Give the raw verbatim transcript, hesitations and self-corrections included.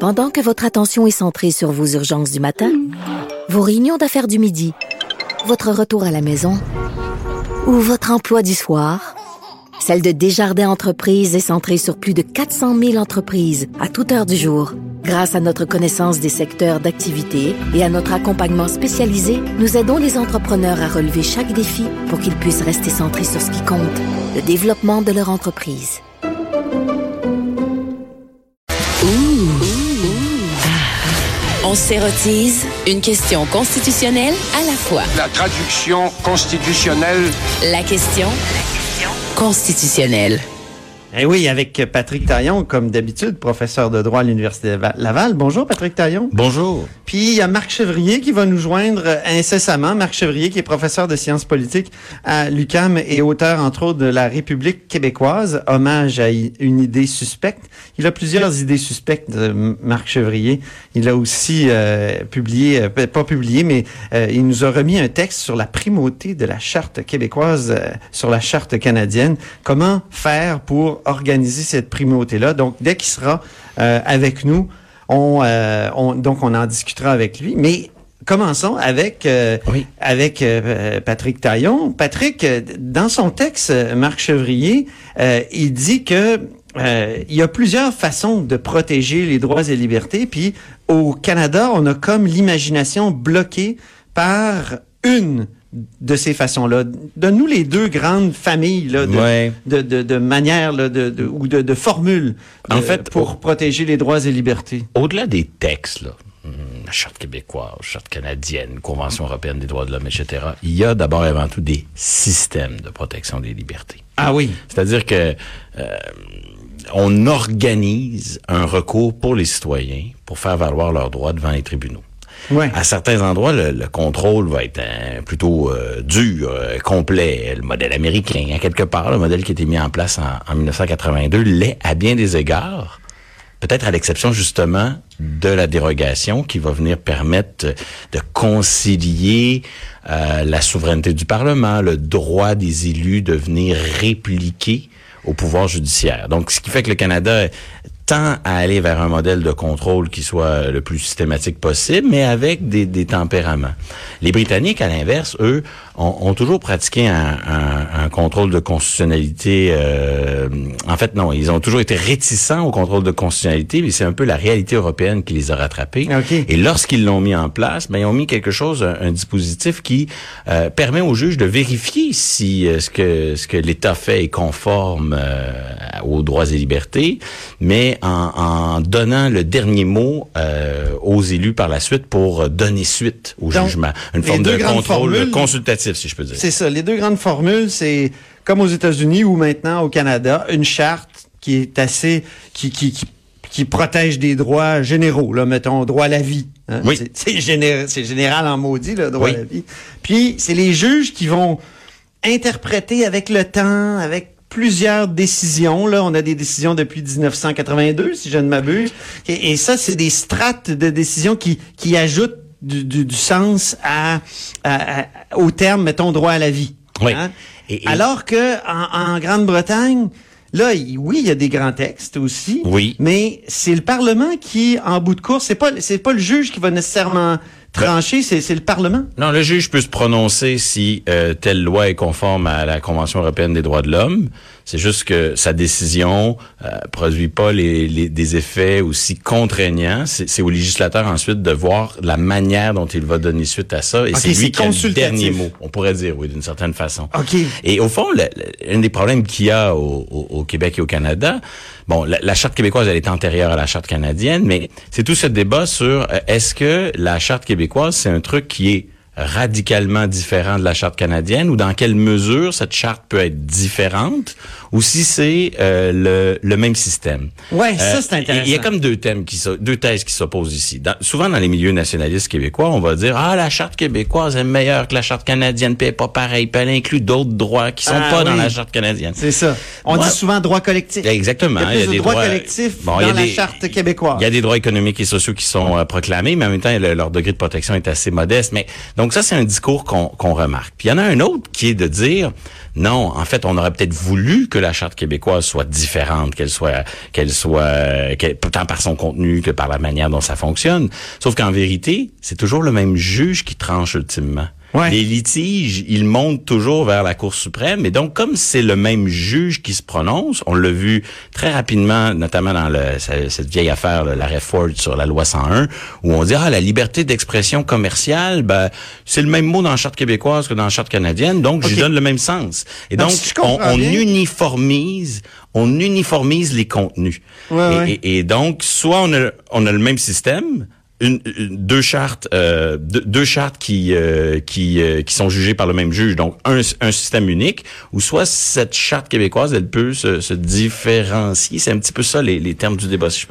Pendant que votre attention est centrée sur vos urgences du matin, vos réunions d'affaires du midi, votre retour à la maison ou votre emploi du soir, celle de Desjardins Entreprises est centrée sur plus de quatre cent mille entreprises à toute heure du jour. Grâce à notre connaissance des secteurs d'activité et à notre accompagnement spécialisé, nous aidons les entrepreneurs à relever chaque défi pour qu'ils puissent rester centrés sur ce qui compte, le développement de leur entreprise. On s'érotise une question constitutionnelle à la fois. La traduction constitutionnelle. La question constitutionnelle. Eh oui, avec Patrick Taillon, comme d'habitude, professeur de droit à l'Université de Laval. Bonjour, Patrick Taillon. Bonjour. Puis, il y a Marc Chevrier qui va nous joindre incessamment. Marc Chevrier, qui est professeur de sciences politiques à l'U Q A M et auteur, entre autres, de La République québécoise, hommage à une idée suspecte. Il a plusieurs idées suspectes, Marc Chevrier. Il a aussi euh, publié, euh, pas publié, mais euh, il nous a remis un texte sur la primauté de la Charte québécoise euh, sur la Charte canadienne. Comment faire pour organiser cette primauté-là. Donc, dès qu'il sera euh, avec nous, on, euh, on, donc on en discutera avec lui. Mais commençons avec, euh, oui. avec euh, Patrick Taillon. Patrick, dans son texte, Marc Chevrier, euh, il dit que euh, il y a plusieurs façons de protéger les droits et libertés. Puis, au Canada, on a comme l'imagination bloquée par une de ces façons-là. Donne-nous les deux grandes familles là, de, ouais. de, de, de manières là, de, de, ou de, de formules de, en fait, pour au, protéger les droits et libertés. Au-delà des textes, là, la Charte québécoise, la Charte canadienne, Convention européenne des droits de l'homme, et cetera, il y a d'abord et avant tout des systèmes de protection des libertés. Ah oui. C'est-à-dire que euh, on organise un recours pour les citoyens pour faire valoir leurs droits devant les tribunaux. Ouais. À certains endroits, le, le contrôle va être euh, plutôt euh, dur, euh, complet. Le modèle américain, hein, quelque part, le modèle qui a été mis en place en, en dix-neuf cent quatre-vingt-deux, l'est à bien des égards. Peut-être à l'exception, justement, de la dérogation qui va venir permettre de concilier euh, la souveraineté du Parlement, le droit des élus de venir répliquer au pouvoir judiciaire. Donc, ce qui fait que le Canada tend à aller vers un modèle de contrôle qui soit le plus systématique possible, mais avec des, des tempéraments. Les Britanniques, à l'inverse, eux, ont, ont toujours pratiqué un, un, un contrôle de constitutionnalité. Euh, en fait, non, ils ont toujours été réticents au contrôle de constitutionnalité, mais c'est un peu la réalité européenne qui les a rattrapés. Okay. Et lorsqu'ils l'ont mis en place, ben ils ont mis quelque chose, un, un dispositif qui euh, permet aux juges de vérifier si euh, ce que ce que l'État fait est conforme euh, aux droits et libertés, mais En, en donnant le dernier mot euh, aux élus par la suite pour donner suite au Donc, jugement. Une forme de contrôle formules, consultatif, si je peux dire. C'est ça. Les deux grandes formules, c'est comme aux États-Unis ou maintenant au Canada, une charte qui est assez... qui qui qui, qui protège des droits généraux, là, mettons, droit à la vie. Hein? Oui. C'est, c'est, général, c'est général en maudit, le droit oui. à la vie. Puis, c'est les juges qui vont interpréter avec le temps, avec plusieurs décisions. Là, on a des décisions depuis dix-neuf cent quatre-vingt-deux, si je ne m'abuse. Et, et ça, c'est des strates de décisions qui, qui ajoutent du, du, du sens à, à, à, au terme, mettons, droit à la vie. Oui. Hein? Et, et... Alors que en, en Grande-Bretagne, là, il, oui, il y a des grands textes aussi. Oui. Mais c'est le Parlement qui, en bout de course, c'est pas, c'est pas le juge qui va nécessairement trancher, c'est, c'est le Parlement. Non, le juge peut se prononcer si euh, telle loi est conforme à la Convention européenne des droits de l'homme. C'est juste que sa décision euh, produit pas les, les, des effets aussi contraignants. C'est, c'est au législateur ensuite de voir la manière dont il va donner suite à ça. Et okay, c'est lui c'est qui a le dernier mot. On pourrait dire, oui, d'une certaine façon. Okay. Et au fond, le, le, un des problèmes qu'il y a au, au, au Québec et au Canada, bon, la, la Charte québécoise, elle est antérieure à la Charte canadienne, mais c'est tout ce débat sur euh, est-ce que la Charte québécoise, c'est un truc qui est radicalement différent de la Charte canadienne ou dans quelle mesure cette charte peut être différente ou si c'est euh, le, le même système. Ouais, ça euh, c'est intéressant. Il y a comme deux thèmes qui deux thèses qui s'opposent ici. Dans, souvent dans les milieux nationalistes québécois, on va dire ah la Charte québécoise est meilleure que la Charte canadienne, puis elle est pas pareil, puis elle inclut d'autres droits qui sont ah, pas oui. dans la Charte canadienne. C'est ça. On Moi, dit souvent droit collectif. Exactement. Il y a plus il y a des droits, droits collectifs bon, dans la des, Charte québécoise. Il y a des droits économiques et sociaux qui sont euh, proclamés, mais en même temps le, leur degré de protection est assez modeste. Mais donc ça c'est un discours qu'on, qu'on remarque. Puis il y en a un autre qui est de dire Non, en fait, on aurait peut-être voulu que la Charte québécoise soit différente, qu'elle soit, qu'elle soit, qu'elle, tant par son contenu que par la manière dont ça fonctionne. Sauf qu'en vérité, c'est toujours le même juge qui tranche ultimement. Ouais. Les litiges, ils montent toujours vers la Cour suprême. Et donc, comme c'est le même juge qui se prononce, on l'a vu très rapidement, notamment dans le, cette vieille affaire, l'arrêt Ford sur la loi cent un, où on dit, ah, la liberté d'expression commerciale, ben, c'est le même mot dans la Charte québécoise que dans la Charte canadienne, donc okay. j'y donne le même sens. Et donc, donc si on, on uniformise, on uniformise les contenus. Ouais, et, ouais. Et, et donc, soit on a, on a le même système, Une, une, deux chartes, euh, deux, deux chartes qui euh, qui euh, qui sont jugées par le même juge, donc un, un système unique, ou soit cette charte québécoise, elle peut se, se différencier. C'est un petit peu ça les, les termes du débat, si je peux